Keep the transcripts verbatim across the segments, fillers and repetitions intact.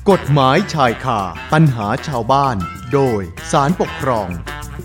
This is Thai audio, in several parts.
กฎหมายชายคาปัญหาชาวบ้านโดยศาลปกครอง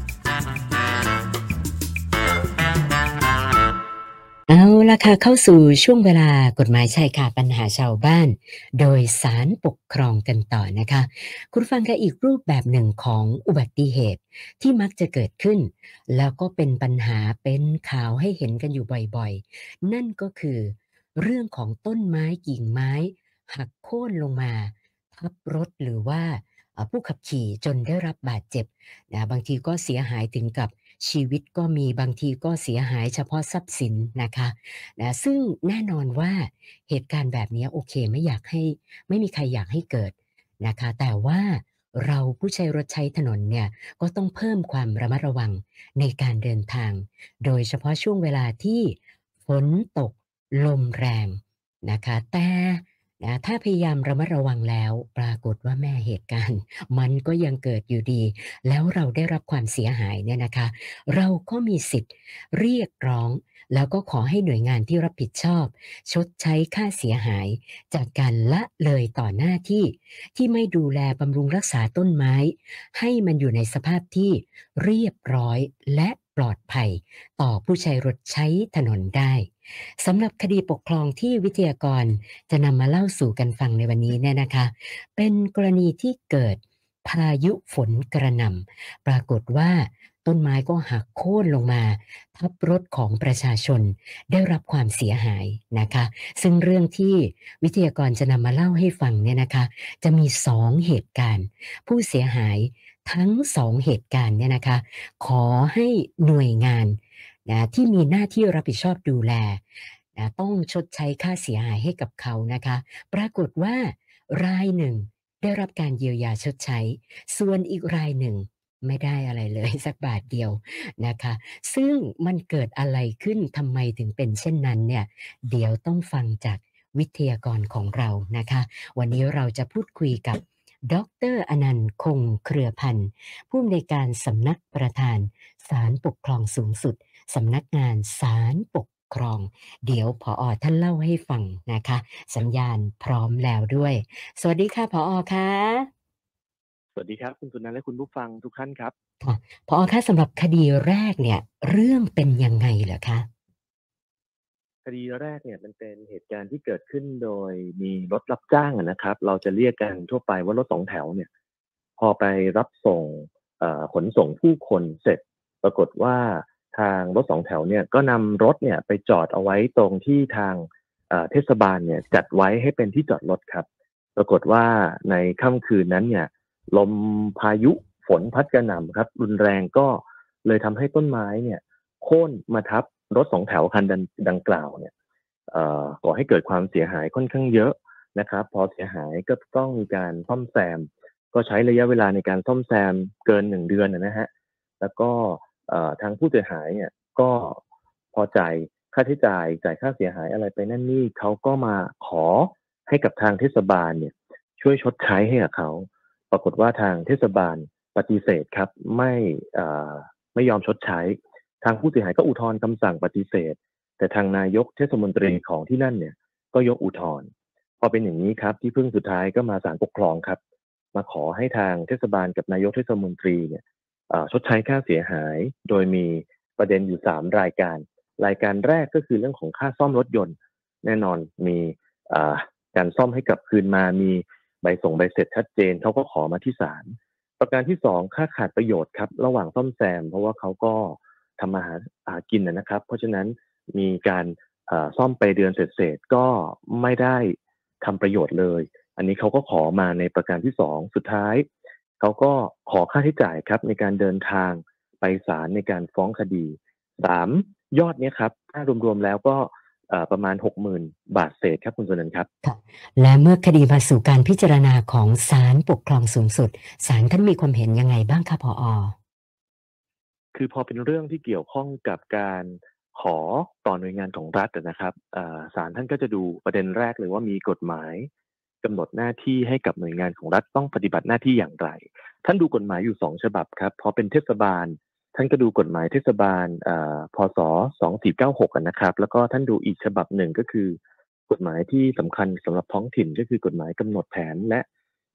เอาล่ะค่ะเข้าสู่ช่วงเวลากฎหมายชายคาปัญหาชาวบ้านโดยศาลปกครองกันต่อนะคะคุณฟังกันอีกรูปแบบหนึ่งของอุบัติเหตุที่มักจะเกิดขึ้นแล้วก็เป็นปัญหาเป็นข่าวให้เห็นกันอยู่บ่อยๆนั่นก็คือเรื่องของต้นไม้กิ่งไม้หักโค่นลงมาทับรถหรือว่าผู้ขับขี่จนได้รับบาดเจ็บนะบางทีก็เสียหายถึงกับชีวิตก็มีบางทีก็เสียหายเฉพาะทรัพย์สินนะคะนะซึ่งแน่นอนว่าเหตุการณ์แบบนี้โอเคไม่อยากให้ไม่มีใครอยากให้เกิดนะคะแต่ว่าเราผู้ใช้รถใช้ถนนเนี่ยก็ต้องเพิ่มความระมัดระวังในการเดินทางโดยเฉพาะช่วงเวลาที่ฝนตกลมแรงนะคะแต่นะถ้าพยายามระมัดระวังแล้วปรากฏว่าแม่เหตุการณ์มันก็ยังเกิดอยู่ดีแล้วเราได้รับความเสียหายเนี่ยนะคะเราก็มีสิทธิ์เรียกร้องแล้วก็ขอให้หน่วยงานที่รับผิดชอบชดใช้ค่าเสียหายจากการละเลยต่อหน้าที่ที่ไม่ดูแลบำรุงรักษาต้นไม้ให้มันอยู่ในสภาพที่เรียบร้อยและปลอดภัยต่อผู้ใช้รถใช้ถนนได้สำหรับคดีปกครองที่วิทยากรจะนำมาเล่าสู่กันฟังในวันนี้เนี่ยนะคะเป็นกรณีที่เกิดพายุฝนกระหน่ำปรากฏว่าต้นไม้ก็หักโค่นลงมาทับรถของประชาชนได้รับความเสียหายนะคะซึ่งเรื่องที่วิทยากรจะนำมาเล่าให้ฟังเนี่ยนะคะจะมีสองเหตุการณ์ผู้เสียหายทั้งสองเหตุการณ์เนี่ยนะคะขอให้หน่วยงานนะที่มีหน้าที่รับผิดชอบดูแลนะต้องชดใช้ค่าเสียหายให้กับเขานะคะปรากฏว่ารายหนึ่งได้รับการเยียวยาชดใช้ส่วนอีกรายหนึ่งไม่ได้อะไรเลยสักบาทเดียวนะคะซึ่งมันเกิดอะไรขึ้นทำไมถึงเป็นเช่นนั้นเนี่ยเดี๋ยวต้องฟังจากวิทยากรของเรานะคะวันนี้เราจะพูดคุยกับดรอนันต์คงเครือพันธ์ผู้อำนวยการสำนักประธานศาลปกครองสูงสุดสำนักงานศาลปกครองเดี๋ยวผอ.ท่านเล่าให้ฟังนะคะสัญญาณพร้อมแล้วด้วยสวัสดีค่ะผอ.คะสวัสดีครับคุณสุนันท์และคุณผู้ฟังทุกท่านครับค่ะผอ.คะสำหรับคดีแรกเนี่ยเรื่องเป็นยังไงเหรอคะคดีแรกเนี่ยมันเป็นเหตุการณ์ที่เกิดขึ้นโดยมีรถรับจ้างอะนะครับเราจะเรียกกันทั่วไปว่ารถสองแถวเนี่ยพอไปรับส่งเอ่อขนส่งผู้คนเสร็จปรากฏว่าทางรถสองแถวเนี่ยก็นำรถเนี่ยไปจอดเอาไว้ตรงที่ทางเอ่อเทศบาลเนี่ยจัดไว้ให้เป็นที่จอดรถครับปรากฏว่าในค่ำคืนนั้นเนี่ยลมพายุฝนพัดกระหน่ำครับรุนแรงก็เลยทำให้ต้นไม้เนี่ยโค่นมาทับรถสองแถวคันดังดังกล่าวเนี่ยเอ่อก่อให้เกิดความเสียหายค่อนข้างเยอะนะครับพอเสียหายก็ต้องมีการซ่อมแซมก็ใช้ระยะเวลาในการซ่อมแซมเกินหนึ่งเดือนนะฮะแล้วก็เอ่อทางผู้เสียหายเนี่ยก็พอจ่ายค่าใช้จ่ายจ่ายค่าเสียหายอะไรไปนั่นนี่เขาก็มาขอให้กับทางเทศบาลเนี่ยช่วยชดใช้ให้กับเขาปรากฏว่าทางเทศบาลปฏิเสธครับไม่เอ่อไม่ยอมชดใช้ทางผู้เสียหายก็อุทธรณ์คำสั่งปฏิเสธแต่ทางนายกเทศมนตรีของที่นั่นเนี่ยก็ยกอุทธรณ์พอเป็นอย่างนี้ครับที่พึ่งสุดท้ายก็มาศาลปกครองครับมาขอให้ทางเทศบาลกับนายกเทศมนตรีเนี่ยเอ่อชดใช้ค่าเสียหายโดยมีประเด็นอยู่สามรายการรายการแรกก็คือเรื่องของค่าซ่อมรถยนต์แน่นอนมีเอ่อการซ่อมให้กลับคืนมามีใบส่งใบเสร็จชัดเจนเขาก็ขอมาที่ศาลประการที่สองค่าขาดประโยชน์ครับระหว่างซ่อมแซมเพราะว่าเขาก็ทำมาหาหากินนะครับเพราะฉะนั้นมีการเอ่อซ่อมไปเดือนเศษๆก็ไม่ได้ทำประโยชน์เลยอันนี้เขาก็ขอมาในประการที่สองสุดท้ายเขาก็ขอค่าใช้จ่ายครับในการเดินทางไปศาลในการฟ้องคดีสามยอดเนี้ยครับถ้ารวมๆแล้วก็เอ่อประมาณหกหมื่นบาทเศษครับคุณสุนันท์ครับค่ะและเมื่อคดีมาสู่การพิจารณาของศาลปกครองสูงสุดศาลท่านมีความเห็นยังไงบ้างคะผอ. คือพอเป็นเรื่องที่เกี่ยวข้องกับการขอต่อหน่วยงานของรัฐนะครับศาลท่านก็จะดูประเด็นแรกเลยว่ามีกฎหมายกำหนดหน้าที่ให้กับหน่วยงานของรัฐต้องปฏิบัติหน้าที่อย่างไรท่านดูกฎหมายอยู่สองฉบับครับพอเป็นเทศบาลท่านก็ดูกฎหมายเทศบาลพศสองสี่เก้าหกนะครับแล้วก็ท่านดูอีกฉบับหนึ่งก็คือกฎหมายที่สำคัญสำหรับท้องถิ่นก็คือกฎหมายกำหนดแผนและ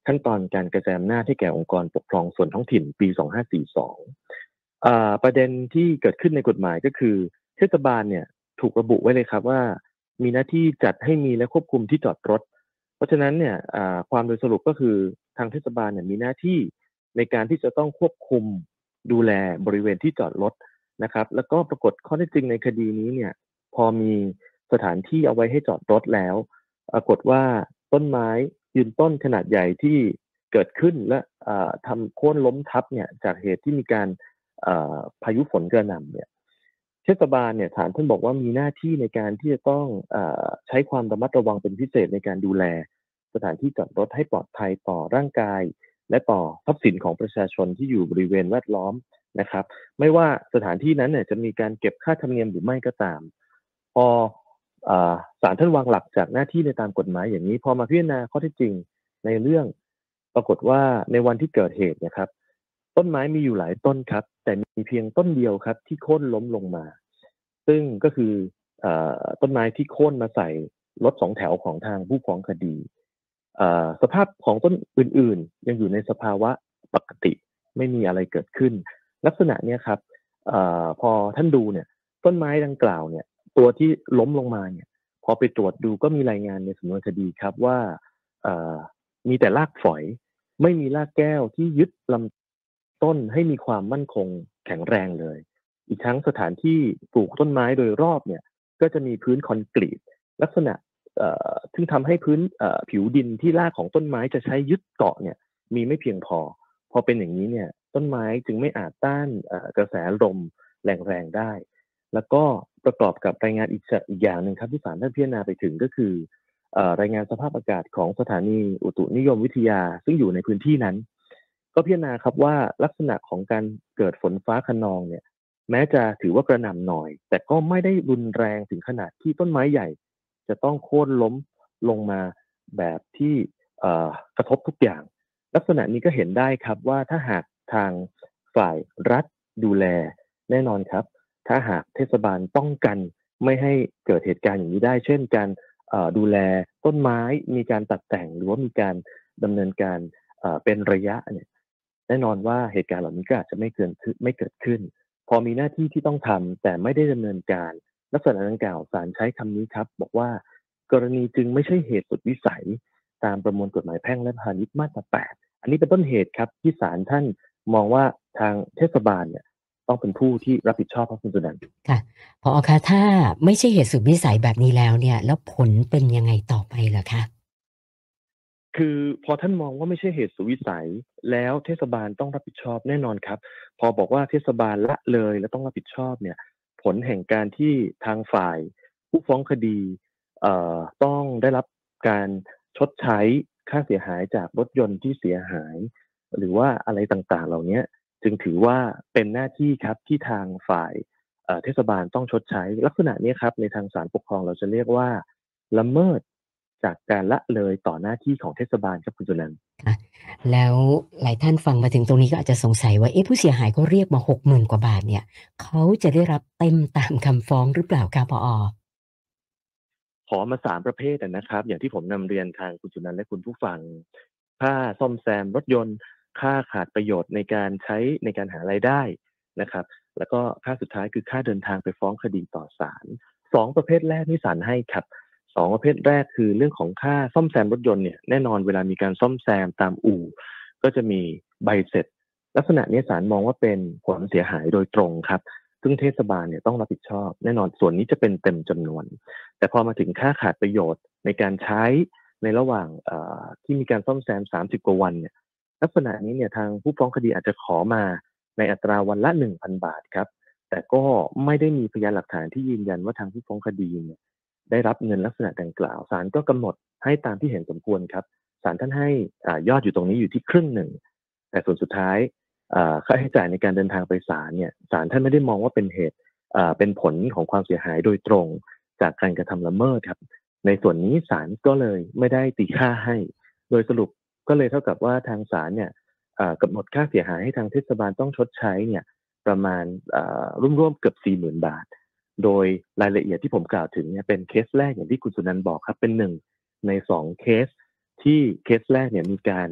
ขั้นตอนการกระจายอำนาจให้แก่องค์กรปกครองส่วนท้องถิ่นปีสองห้าสี่สองอ่าประเด็นที่เกิดขึ้นในกฎหมายก็คือเทศบาลเนี่ยถูกระบุไว้เลยครับว่ามีหน้าที่จัดให้มีและควบคุมที่จอดรถเพราะฉะนั้นเนี่ยอ่าความโดยสรุปก็คือทางเทศบาลเนี่ยมีหน้าที่ในการที่จะต้องควบคุมดูแลบริเวณที่จอดรถนะครับแล้วก็ปรากฏข้อเท็จจริงในคดีนี้เนี่ยพอมีสถานที่เอาไว้ให้จอดรถแล้วปรากฏว่าต้นไม้ยืนต้นขนาดใหญ่ที่เกิดขึ้นและอ่าทำโค่นล้มทับเนี่ยจากเหตุที่มีการอ่าพายุฝนกระหน่ำเนี่ยเทศบาลเนี่ยศาลท่านบอกว่ามีหน้าที่ในการที่จะต้องอาใช้ความระมัดระวังเป็นพิเศษในการดูแลสถานที่จอดรถให้ปลอดภัยต่อร่างกายและต่อทรัพย์สินของประชาชนที่อยู่บริเวณแวดล้อมนะครับไม่ว่าสถานที่นั้นเนี่ยจะมีการเก็บค่าธรรมเนียมหรือไม่ก็ตามพออ่าศาลท่านวางหลักจากหน้าที่ในตามกฎหมายอย่างนี้พอมาพิจารณาข้อเท็จจริงในเรื่องปรากฏว่าในวันที่เกิดเหตุเนะครับต้นไม้มีอยู่หลายต้นครับแต่มีเพียงต้นเดียวครับที่โค่นล้มลงมาซึ่งก็คือเอ่อต้นไม้ที่โค่นมาใส่รถสองแถวของทางผู้ฟ้องคดีเอ่อสภาพของต้นอื่นๆยังอยู่ในสภาวะปกติไม่มีอะไรเกิดขึ้นลักษณะเนี้ยครับเอ่อพอท่านดูเนี่ยต้นไม้ดังกล่าวเนี่ยตัวที่ล้มลงมาเนี่ยพอไปตรวจดูก็มีรายงานในสำนวนคดีครับว่าเอ่อมีแต่รากฝอยไม่มีรากแก้วที่ยึดลำต้นให้มีความมั่นคงแข็งแรงเลยอีกทั้งสถานที่ปลูกต้นไม้โดยรอบเนี่ยก็จะมีพื้นคอนกรีตลักษณะเอ่อซึ่งทำให้พื้นเอ่อผิวดินที่รากของต้นไม้จะใช้ยึดเกาะเนี่ยมีไม่เพียงพอพอเป็นอย่างนี้เนี่ยต้นไม้จึงไม่อาจต้านเอ่อกระแสลมแรงๆได้แล้วก็ประกอบกับรายงานอีกอีกอย่างหนึ่งครับที่ศาลท่านพิจารณาไปถึงก็คือเอ่อรายงานสภาพอากาศของสถานีอุตุนิยมวิทยาซึ่งอยู่ในพื้นที่นั้นก็พิจารณาครับว่าลักษณะของการเกิดฝนฟ้าคะนองเนี่ยแม้จะถือว่ากระหน่ำหน่อยแต่ก็ไม่ได้รุนแรงถึงขนาดที่ต้นไม้ใหญ่จะต้องโค่นล้มลงมาแบบที่เอ่อกระทบทุกอย่างลักษณะนี้ก็เห็นได้ครับว่าถ้าหากทางฝ่ายรัฐดูแลแน่นอนครับถ้าหากเทศบาลป้องกันไม่ให้เกิดเหตุการณ์อย่างนี้ได้เช่นการเอ่อดูแลต้นไม้มีการตัดแต่งหรือว่ามีการดำเนินการเอ่อเป็นระยะเนี่ยแน่นอนว่าเหตุการณ์เหล่านี้ก็อาจจะไม่เกิดขึ้นไม่เกิดขึ้นพอมีหน้าที่ที่ต้องทำแต่ไม่ได้ดำเนินการลักษณะดังกล่าวศาลใช้คำนี้ครับบอกว่ากรณีจึงไม่ใช่เหตุสุดวิสัยตามประมวลกฎหมายแพ่งและพาณิชย์มาตราแปดอันนี้เป็นต้นเหตุครับที่ศาลท่านมองว่าทางเทศบาลเนี่ยต้องเป็นผู้ที่รับผิดชอบครับคุณสุนันท์ค่ะผอคะถ้าไม่ใช่เหตุสุดวิสัยแบบนี้แล้วเนี่ยแล้วผลเป็นยังไงต่อไปเหรอคะคือพอท่านมองว่าไม่ใช่เหตุสุดวิสัยแล้วเทศบาลต้องรับผิดชอบแน่นอนครับพอบอกว่าเทศบาลละเลยและต้องรับผิดชอบเนี่ยผลแห่งการที่ทางฝ่ายผู้ฟ้องคดีเอ่อต้องได้รับการชดใช้ค่าเสียหายจากรถยนต์ที่เสียหายหรือว่าอะไรต่างๆเหล่านี้จึงถือว่าเป็นหน้าที่ครับที่ทางฝ่ายเอ่อเทศบาลต้องชดใช้ลักษณะนี้ครับในทางศาลปกครองเราจะเรียกว่าละเมิดจากการละเลยต่อหน้าที่ของเทศบาลครับคุณจุนันท์ค่ะแล้วหลายท่านฟังมาถึงตรงนี้ก็อาจจะสงสัยว่าเอ๊ะผู้เสียหายเขาเรียกมาหกหมื่นกว่าบาทเนี่ยเขาจะได้รับเต็มตามคำฟ้องหรือเปล่าคะผอขอมาสามประเภทอะนะครับอย่างที่ผมนำเรียนทางคุณจุนันท์และคุณผู้ฟังค่าซ่อมแซมรถยนต์ค่าขาดประโยชน์ในการใช้ในการหารายได้นะครับแล้วก็ค่าสุดท้ายคือค่าเดินทางไปฟ้องคดีต่อศาลสองประเภทแรกที่ศาลให้ครับสองประเภทแรกคือเรื่องของค่าซ่อมแซมรถยนต์เนี่ยแน่นอนเวลามีการซ่อมแซมตามอู่ก็จะมีใบเสร็จลักษณะนี้ศาลมองว่าเป็นผลเสียหายโดยตรงครับซึ่งเทศบาลเนี่ยต้องรับผิดชอบแน่นอนส่วนนี้จะเป็นเต็มจำนวน แต่พอมาถึงค่าขาดประโยชน์ในการใช้ในระหว่างที่มีการซ่อมแซมสามสิบกว่าวันเนี่ยลักษณะนี้เนี่ยทางผู้ฟ้องคดีอาจจะขอมาในอัตราวันละ หนึ่งพัน บาทครับแต่ก็ไม่ได้มีพยานหลักฐานที่ยืนยันว่าทางผู้ฟ้องคดีเนี่ยได้รับเงินลักษณะดังกล่าวศาลก็กำหนดให้ตามที่เห็นสมควรครับศาลท่านให้ยอดอยู่ตรงนี้อยู่ที่ครึ่งหนึ่งแต่ส่วนสุดท้ายค่าใช้จ่ายในการเดินทางไปศาลเนี่ยศาลท่านไม่ได้มองว่าเป็นเหตุเป็นผลของความเสียหายโดยตรงจากการกระทำละเมิดครับในส่วนนี้ศาลก็เลยไม่ได้ตีค่าให้โดยสรุปก็เลยเท่ากับว่าทางศาลเนี่ยกำหนดค่าเสียหายให้ทางเทศบาลต้องชดใช้เนี่ยประมาณร่วมๆเกือบ สี่หมื่น บาทโดยรายละเอียดที่ผมกล่าวถึงเนี่ยเป็นเคสแรกอย่างที่คุณสุนันท์บอกครับเป็นหนึ่งในสองเคสที่เคสแรกเนี่ยมีการ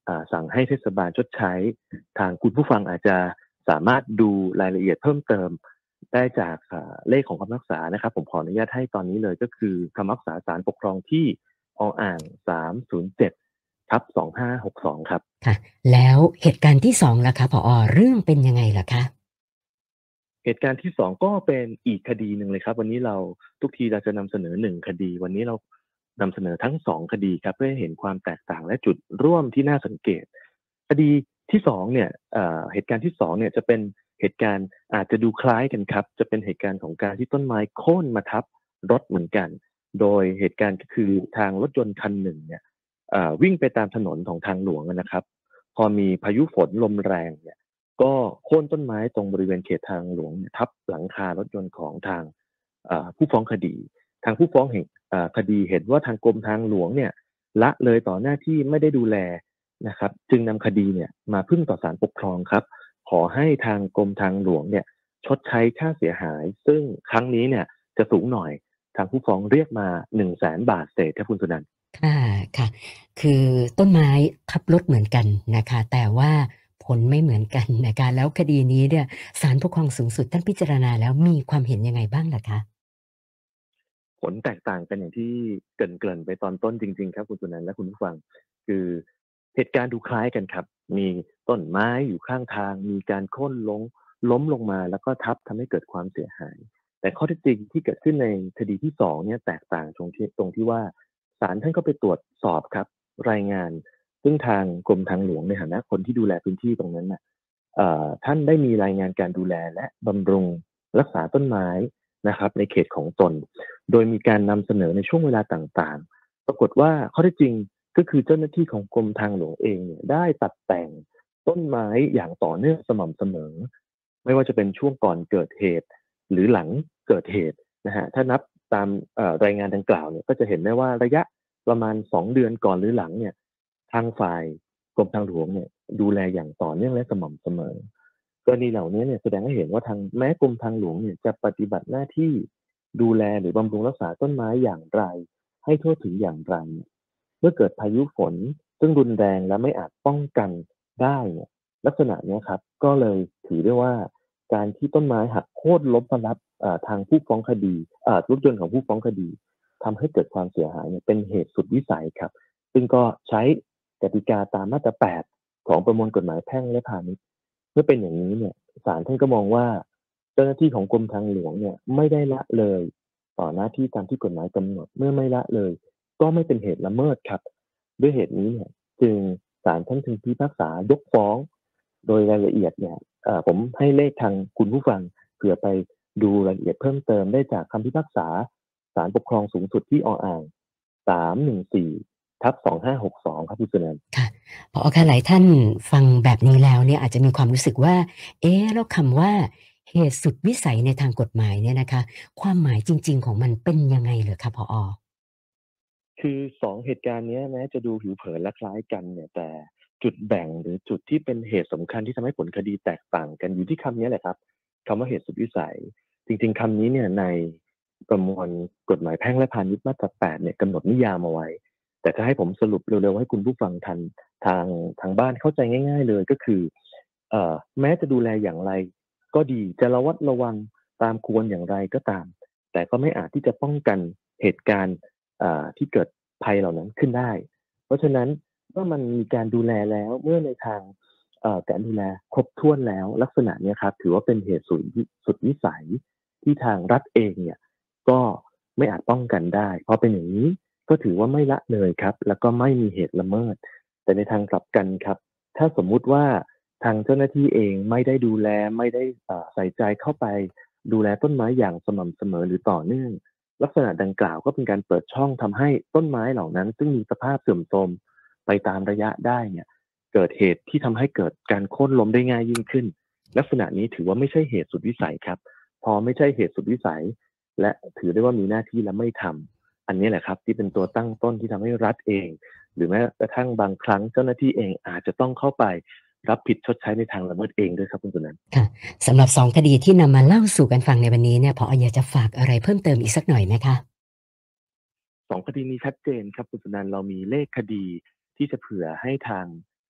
อ่าสั่งให้เทศบาลชดใช้ทางคุณผู้ฟังอาจจะสามารถดูรายละเอียดเพิ่มเติมได้จากอ่าเลขของคำพิพากษานะครับผมขออนุญาตให้ตอนนี้เลยก็คือคำพิพากษาศาลปกครองที่ออ่างสามศูนย์เจ็ดทับสองห้าหกสองครับค่ะแล้วเหตุการณ์ที่สองล่ะคะผอเรื่องเป็นยังไงล่ะคะเหตุการณ์ที่สองก็เป็นอีกคดีหนึ่งเลยครับวันนี้เราทุกทีเราจะนำเสนอหนึ่งคดีวันนี้เรานำเสนอทั้งสองคดีครับเพื่อให้เห็นความแตกต่างและจุดร่วมที่น่าสังเกตคดีที่สองเนี่ยเอ่อเหตุการณ์ที่สองเนี่ยจะเป็นเหตุการณ์อาจจะดูคล้ายกันครับจะเป็นเหตุการณ์ของการที่ต้นไม้โค่นมาทับรถเหมือนกันโดยเหตุการณ์ก็คือทางรถยนต์คันหนึ่งเนี่ยเอ่อวิ่งไปตามถนนของทางหลวงนะครับพอมีพายุฝนลมแรงเนี่ย ก็โค่นต้นไม้ตรงบริเวณเขตทางหลวงทับหลังคารถยนต์ของทางผู้ฟ้องคดีทางผู้ฟ้องแห่งคดีเห็นว่าทางกรมทางหลวงเนี่ยละเลยต่อหน้าที่ไม่ได้ดูแลนะครับจึงนำคดีเนี่ยมาพึ่งต่อศาลปกครองครับขอให้ทางกรมทางหลวงเนี่ยชดใช้ค่าเสียหายซึ่งครั้งนี้เนี่ยจะสูงหน่อยทางผู้ฟ้องเรียกมาหนึ่งแสนบาทเศษครับคุณสุนันท์ค่ะค่ะคือต้นไม้ทับรถเหมือนกันนะคะแต่ว่าผลไม่เหมือนกันนะคะแล้วคดีนี้เนี่ยศาลปกครองสูงสุดท่านพิจารณาแล้วมีความเห็นยังไงบ้างล่ะคะผลแตกต่างกันอย่างที่เกริ่นๆไปตอนต้นจริงๆครับคุณสุนันท์และคุณผู้ฟังคือเหตุการณ์ดูคล้ายกันครับมีต้นไม้อยู่ข้างทางมีการโค่นล้มล้มลงมาแล้วก็ทับทำให้เกิดความเสียหายแต่ข้อเท็จจริงที่เกิดขึ้นในคดีที่สองเนี่ยแตกต่างตรงที่ตรงที่ว่าศาลท่านก็ไปตรวจสอบครับรายงานซึ่งทางกรมทางหลวงในฐานะคนที่ดูแลพื้นที่ตรงนั้นน่ะเอ่อท่านได้มีรายงานการดูแลและบำรุงรักษาต้นไม้นะครับในเขตของตน โดยมีการนำเสนอในช่วงเวลาต่างๆ ปรากฏว่าข้อเท็จจริงก็คือเจ้าหน้าที่ของกรมทางหลวงเองเนี่ยได้ตัดแต่งต้นไม้อย่างต่อเนื่องสม่ำเสมอไม่ว่าจะเป็นช่วงก่อนเกิดเหตุหรือหลังเกิดเหตุนะฮะถ้านับตามรายงานดังกล่าวเนี่ยก็จะเห็นได้ว่าระยะประมาณสองเดือนก่อนหรือหลังเนี่ยทางฝ่ายกรมทางหลวงเนี่ยดูแลอย่างต่อเนื่องและสม่ำเสมอกรณีเหล่านี้เนี่ยแสดงให้เห็นว่าทางแม้กรมทางหลวงเนี่ยจะปฏิบัติหน้าที่ดูแลหรือบำรุงรักษาต้นไม้อย่างไรให้ทั่วถึงอย่างไรเมื่อเกิดพายุฝนซึ่งรุนแรงและไม่อาจป้องกันได้เนี่ยลักษณะนี้ครับก็เลยถือได้ว่าการที่ต้นไม้หักโค่นล้มมารับทางผู้ฟ้องคดีรถยนต์ของผู้ฟ้องคดีทำให้เกิดความเสียหายเนี่ยเป็นเหตุสุดวิสัยครับซึ่งก็ใช้กติกาตามมาตราแปดของประมวลกฎหมายแพ่งและพาณิชย์เมื่อเป็นอย่างนี้เนี่ยศาลท่านก็มองว่าเจ้าหน้าที่ของกรมทางหลวงเนี่ยไม่ได้ละเลยต่อหน้าที่ตามที่กฎหมายกำหนดเมื่อไม่ละเลยก็ไม่เป็นเหตุละเมิดครับด้วยเหตุนี้เนี่ยจึงศาลท่านจึงพิพากษายกฟ้องโดยรายละเอียดเนี่ยผมให้เลขทางคุณผู้ฟังเผื่อไปดูรายละเอียดเพิ่มเติมได้จากคำพิพากษาศาลปกครองสูงสุดที่ออ่างสามหนึ่งสี่ทับสองห้าหกสองครับคุณสุนันท์ค่ะผอคะหลายท่านฟังแบบนี้แล้วเนี่ยอาจจะมีความรู้สึกว่าเอ๊ะแล้วคำว่าเหตุสุดวิสัยในทางกฎหมายเนี่ยนะคะความหมายจริงๆของมันเป็นยังไงเหรอคะผอคือสองเหตุการณ์นี้แม้จะดูผิวเผินและคล้ายกันเนี่ยแต่จุดแบ่งหรือจุดที่เป็นเหตุสำคัญที่ทำให้ผลคดีแตกต่างกันอยู่ที่คำนี้แหละครับคำว่าเหตุสุดวิสัยจริงๆคำนี้เนี่ยในประมวลกฎหมายแพ่งและพาณิชย์มาตราแปดเนี่ยกำหนดนิยามเอาไว้แต่ถ้าให้ผมสรุปเร็วๆให้คุณผู้ฟังทันทางทางบ้านเข้าใจง่ายๆเลยก็คือเอ่อแม้จะดูแลอย่างไรก็ดีจะระวัดระวังตามควรอย่างไรก็ตามแต่ก็ไม่อาจที่จะป้องกันเหตุการณ์ที่เกิดภัยเหล่านั้นขึ้นได้เพราะฉะนั้นเมื่อมันมีการดูแลแล้วเมื่อในทางการดูแลครบถ้วนแล้วลักษณะนี้ครับถือว่าเป็นเหตุสุดสุดวิสัยที่ทางรัฐเองเนี่ยก็ไม่อาจป้องกันได้พอเป็นอย่างนี้ก็ถือว่าไม่ละเลยครับแล้วก็ไม่มีเหตุละเมิดแต่ในทางกลับกันครับถ้าสมมุติว่าทางเจ้าหน้าที่เองไม่ได้ดูแลไม่ได้ใส่ใจเข้าไปดูแลต้นไม้อย่างสม่ำเสมอหรือต่อเนื่องลักษณะดังกล่าวก็เป็นการเปิดช่องทำให้ต้นไม้เหล่านั้นซึ่งมีสภาพเสื่อมโทรมไปตามระยะได้เนี่ยเกิดเหตุที่ทำให้เกิดการโค่นล้มได้ง่ายยิ่งขึ้นลักษณะนี้ถือว่าไม่ใช่เหตุสุดวิสัยครับพอไม่ใช่เหตุสุดวิสัยและถือได้ว่ามีหน้าที่และไม่ทำอันนี้แหละครับที่เป็นตัวตั้งต้นที่ทำให้รัฐเองหรือแม้กระทั่งบางครั้งเจ้าหน้าที่เองอาจจะต้องเข้าไปรับผิดชดใช้ในทางละเมิดเองด้วยครับคุณสุนันท์ค่ะสำหรับสองคดีที่นำมาเล่าสู่กันฟังในวันนี้เนี่ยผออยากจะฝากอะไรเพิ่มเติมอีกสักหน่อยไหมคะสองคดีนี้ชัดเจนครับคุณสุนันท์เรามีเลขคดีที่จะเผื่อให้ทาง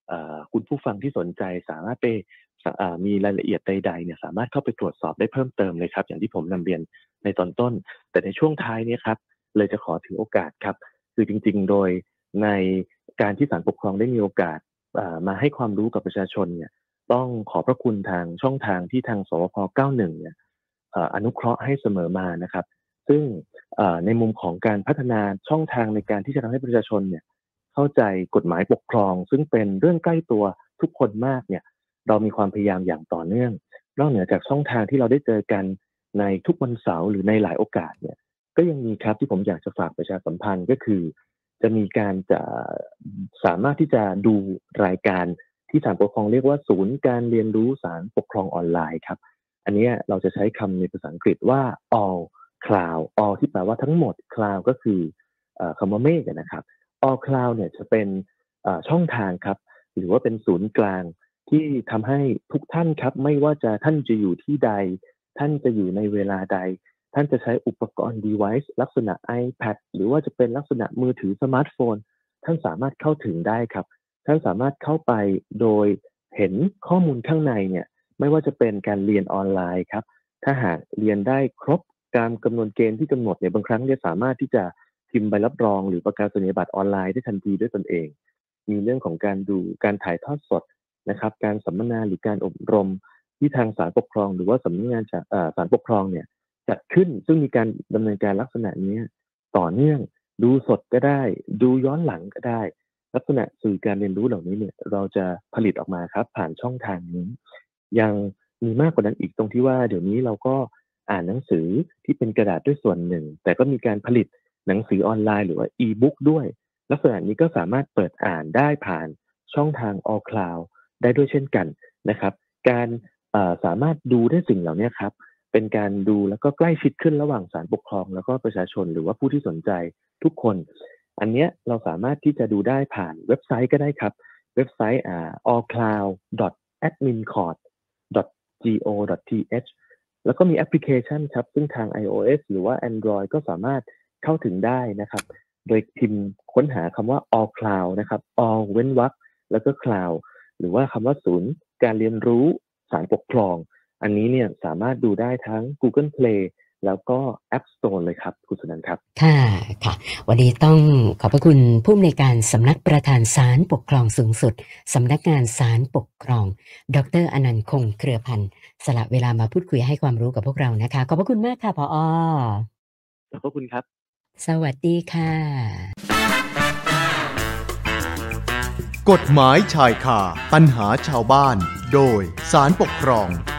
เอ่อคุณผู้ฟังที่สนใจสามารถไปเอ่อมีรายละเอียดใดๆเนี่ยสามารถเข้าไปตรวจสอบได้เพิ่มเติมเลยครับอย่างที่ผมนำเรียนในตอนต้นแต่ในช่วงท้ายนี้ครับเลยจะขอถือโอกาสครับคือจริงๆโดยในการที่ศาลปกครองได้มีโอกาสเอ่อมาให้ความรู้กับประชาชนเนี่ยต้องขอบพระคุณทางช่องทางที่ทางสวพเก้าสิบเอ็ดเนี่ยเอ่ออนุเคราะห์ให้เสมอมานะครับซึ่งเอ่อในมุมของการพัฒนาช่องทางในการที่จะทำให้ประชาชนเนี่ยเข้าใจกฎหมายปกครองซึ่งเป็นเรื่องใกล้ตัวทุกคนมากเนี่ยเรามีความพยายามอย่างต่อเนื่องนอกเหนือจากช่องทางที่เราได้เจอกันในทุกวันเสาร์หรือในหลายโอกาสเนี่ยก็ยังมีครับที่ผมอยากจะฝากประชาสัมพันธ์ก็คือจะมีการจะสามารถที่จะดูรายการที่ศาลปกครองเรียกว่าศูนย์การเรียนรู้ศาลปกครองออนไลน์ครับอันนี้เราจะใช้คำในภาษาอังกฤษว่า all cloud all ที่แปลว่าทั้งหมด cloud ก็คือคำว่าเมฆนะครับ all cloud เนี่ยจะเป็นช่องทางครับหรือว่าเป็นศูนย์กลางที่ทำให้ทุกท่านครับไม่ว่าจะท่านจะอยู่ที่ใดท่านจะอยู่ในเวลาใดท่านจะใช้อุปกรณ์ device ลักษณะ iPad หรือว่าจะเป็นลักษณะมือถือสมาร์ทโฟนท่านสามารถเข้าถึงได้ครับท่านสามารถเข้าไปโดยเห็นข้อมูลข้างในเนี่ยไม่ว่าจะเป็นการเรียนออนไลน์ครับถ้าหากเรียนได้ครบตามกำหนดเกณฑ์ที่กำหนดเนี่ยบางครั้งเนี่ยสามารถที่จะพิมพ์ใบรับรองหรือประกาศนียบัตรออนไลน์ได้ทันทีด้วยตนเองมีเรื่องของการดูการถ่ายทอดสดนะครับการสัมมนาหรือการอบรมที่ทางศาลปกครองหรือว่าสำนักงานศาลปกครองเนี่ยจัดขึ้นซึ่งมีการดำเนินการลักษณะนี้ต่อเนื่องดูสดก็ได้ดูย้อนหลังก็ได้ลักษณะสื่อการเรียนรู้เหล่านี้เนี่ยเราจะผลิตออกมาครับผ่านช่องทางนี้ยังมีมากกว่านั้นอีกตรงที่ว่าเดี๋ยวนี้เราก็อ่านหนังสือที่เป็นกระดาษด้วยส่วนหนึ่งแต่ก็มีการผลิตหนังสือออนไลน์หรือว่าอีบุ๊กด้วยลักษณะนี้ก็สามารถเปิดอ่านได้ผ่านช่องทาง All Cloud ได้ด้วยเช่นกันนะครับการสามารถดูได้สิ่งเหล่านี้ครับเป็นการดูแล้วก็ใกล้ชิดขึ้นระหว่างศาลปกครองแล้วก็ประชาชนหรือว่าผู้ที่สนใจทุกคนอันนี้เราสามารถที่จะดูได้ผ่านเว็บไซต์ก็ได้ครับเว็บไซต์อ่า all cloud dot admin court dot go dot th แล้วก็มีแอปพลิเคชันครับซึ่งทาง iOS หรือว่า Android ก็สามารถเข้าถึงได้นะครับโดยพิมพ์ค้นหาคำว่า all cloud นะครับ all เว้นวรรคแล้วก็ cloud หรือว่าคำว่าศูนย์การเรียนรู้ศาลปกครองอันนี้เนี่ยสามารถดูได้ทั้ง Google Play แล้วก็ App Store เลยครับคุณสุนันท์ครับค่ะค่ะวันนี้ต้องขอบพระคุณผู้อำนวยการสำนักประธานศาลปกครองสูงสุดสำนักงานศาลปกครองดร.อนันต์คงเครือพันธ์สละเวลามาพูดคุยให้ความรู้กับพวกเรานะคะขอบพระคุณมากค่ะผอ. ขอบพระคุณครับสวัสดีค่ะกฎหมายชายคาปัญหาชาวบ้านโดยศาลปกครอง